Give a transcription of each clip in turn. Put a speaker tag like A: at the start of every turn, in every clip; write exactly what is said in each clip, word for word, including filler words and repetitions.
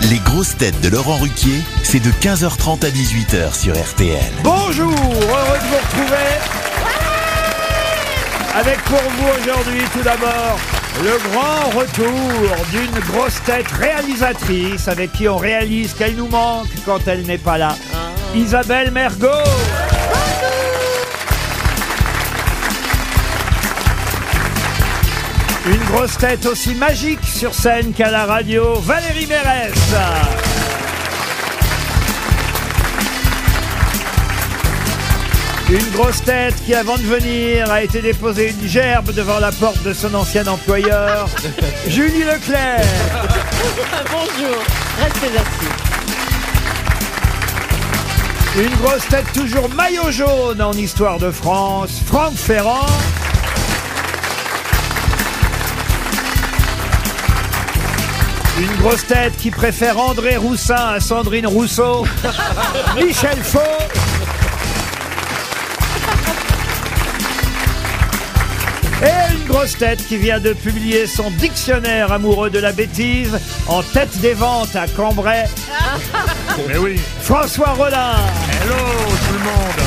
A: Les grosses têtes de Laurent Ruquier, c'est de quinze heures trente à dix-huit heures sur R T L.
B: Bonjour, heureux de vous retrouver. Avec pour vous aujourd'hui tout d'abord le grand retour d'une grosse tête réalisatrice avec qui on réalise qu'elle nous manque quand elle n'est pas là. Isabelle Mergo. Une grosse tête aussi magique sur scène qu'à la radio, Valérie Mérès. Une grosse tête qui, avant de venir, a été déposer une gerbe devant la porte de son ancien employeur, Julie Leclerc.
C: Bonjour, restez assis.
B: Une grosse tête toujours maillot jaune en histoire de France, Franck Ferrand. Une grosse tête qui préfère André Roussin à Sandrine Rousseau, Michel Faux. Et une grosse tête qui vient de publier son dictionnaire amoureux de la bêtise en tête des ventes à Cambrai.
D: Mais oui.
B: François Rollin.
D: Hello tout le monde.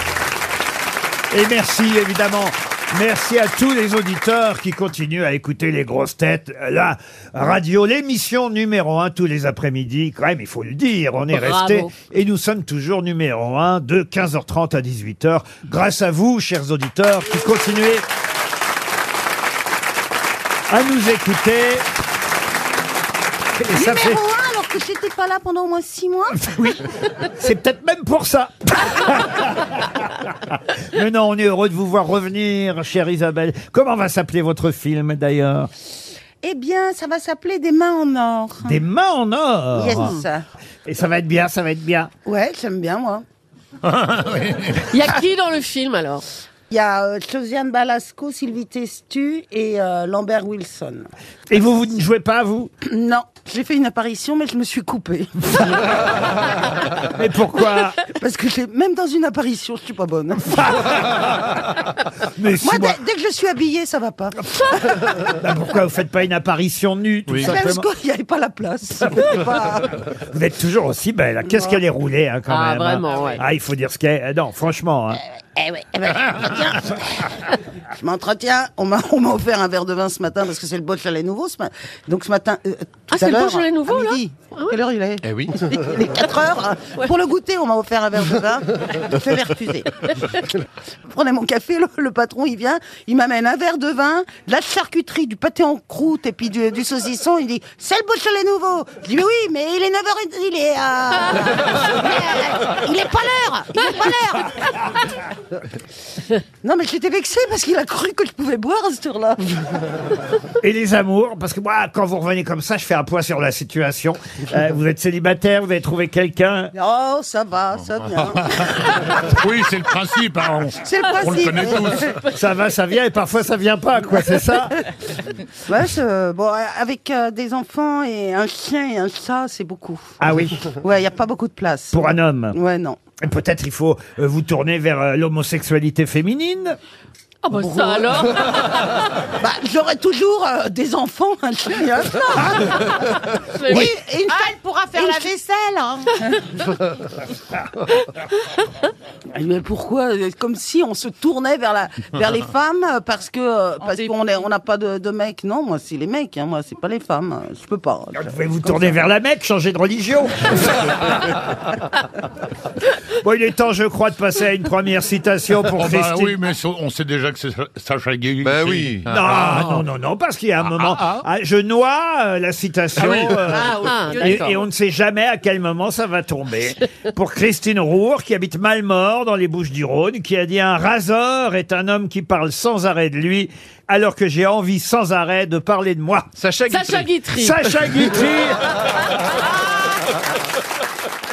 B: Et merci évidemment. Merci à tous les auditeurs qui continuent à écouter les grosses têtes. La radio, l'émission numéro un tous les après-midi. Quand même, il faut le dire, on est
C: Bravo.
B: resté. Et nous sommes toujours numéro un de quinze heures trente à dix-huit heures. Grâce à vous, chers auditeurs, qui continuez à nous écouter. Et ça fait...
E: Numéro un, alors que j'étais pas là pendant au moins six mois.
B: Oui, c'est peut-être même pour ça. Mais non, on est heureux de vous voir revenir, chère Isabelle. Comment va s'appeler votre film, d'ailleurs?
E: Eh bien, ça va s'appeler Des mains en or.
B: Des mains en or.
E: Yes.
B: Et ça va être bien, ça va être bien.
E: Ouais, j'aime bien, moi.
C: Il y a qui dans le film alors?
E: Il y a euh, Josiane Balasco, Sylvie Testu et euh, Lambert Wilson.
B: Et vous, vous ne jouez pas, vous?
E: Non, j'ai fait une apparition, mais je me suis coupée.
B: Mais pourquoi?
E: Parce que j'ai- même dans une apparition, je suis pas bonne.
B: Mais si
E: Moi,
B: moi-
E: dès, dès que je suis habillée, ça va pas.
B: Bah, pourquoi vous faites pas une apparition nue, tout
D: Oui.
E: Parce
B: simplement?
E: qu'il n'y avait pas la place. C'était pas-
B: Vous êtes toujours aussi belle. hein. Qu'est-ce qu'elle est roulée, hein, quand
C: Ah,
B: même. hein.
C: vraiment, ouais.
B: Ah, il faut dire ce qu'elle est. Non, franchement. hein.
E: Eh ouais, eh ben, je m'entretiens. Je m'entretiens. On m'a, on m'a offert un verre de vin ce matin parce que c'est le Beaujolais nouveau. Ce ma... Donc ce matin, euh, tout
C: Ah,
E: à
C: c'est le
E: l'heure,
C: Beaujolais nouveau,
E: à
C: là
E: midi.
C: Ah oui.
E: Quelle heure il est?
D: Eh oui.
E: Il est quatre heures. Pour le goûter, on m'a offert un verre de vin. Je fais refuser. Je prenais mon café, le, le patron, il vient, il m'amène un verre de vin, de la charcuterie, du pâté en croûte et puis du, du saucisson. Il dit, c'est le Beaujolais nouveau. Je dis, mais oui, mais il est neuf heures, il est, euh, il est pas l'heure. Il est pas l'heure. Non, mais j'étais vexée parce qu'il a cru que je pouvais boire à cette heure-là.
B: Et les amours, parce que moi, quand vous revenez comme ça, je fais un point sur la situation. Euh, vous êtes célibataire, vous avez trouvé quelqu'un.
E: Oh, ça va, ça vient.
D: Oui, c'est le principe. Hein. On,
E: C'est le
D: on le
E: principe.
D: connaît tous.
B: Ça va, ça vient, et parfois ça vient pas, quoi, c'est ça?
E: Ouais, je- bon, euh, avec euh, des enfants et un chien et un chat, c'est beaucoup.
B: Ah oui,
E: Ouais, il n'y a pas beaucoup de place.
B: pour un homme.
E: Ouais, non.
B: Et peut-être il faut euh, vous tourner vers euh, l'homosexualité féminine.
C: Ah bah ça alors.
E: Bah, j'aurai toujours euh, des enfants, un chien et un chat.
C: Mais oui.
E: Et une
F: Ah, elle pourra faire la vaisselle. Hein.
E: Ah, mais pourquoi? Comme si on se tournait vers, la, vers les femmes euh, parce que euh, parce
C: dépit.
E: qu'on est- on n'a pas de, de mecs. Non, moi, c'est les mecs. Hein, moi, c'est pas les femmes. Je peux pas.
B: Vous pouvez vous tourner vers la Mecque, changer de religion. Bon, il est temps, je crois, de passer à une première citation pour
D: Oh, bah
B: Christine.
D: oui, mais so- on sait déjà que c'est Sacha Guitry.
G: Bah oui.
B: Non,
D: Ah,
B: non, non, non, parce qu'il y a un moment,
D: ah.
B: ah, je noie euh, la citation,
D: Ah oui.
B: euh,
C: Ah, oui. Ah,
B: et,
C: d'accord.
B: et on ne sait jamais à quel moment ça va tomber. Pour Christine Roure, qui habite Malmort, dans les Bouches-du-Rhône, qui a dit « Un raseur est un homme qui parle sans arrêt de lui, alors que j'ai envie sans arrêt de parler de moi.
G: Sacha Guitry.
C: Sacha » Guitry.
B: Sacha Guitry.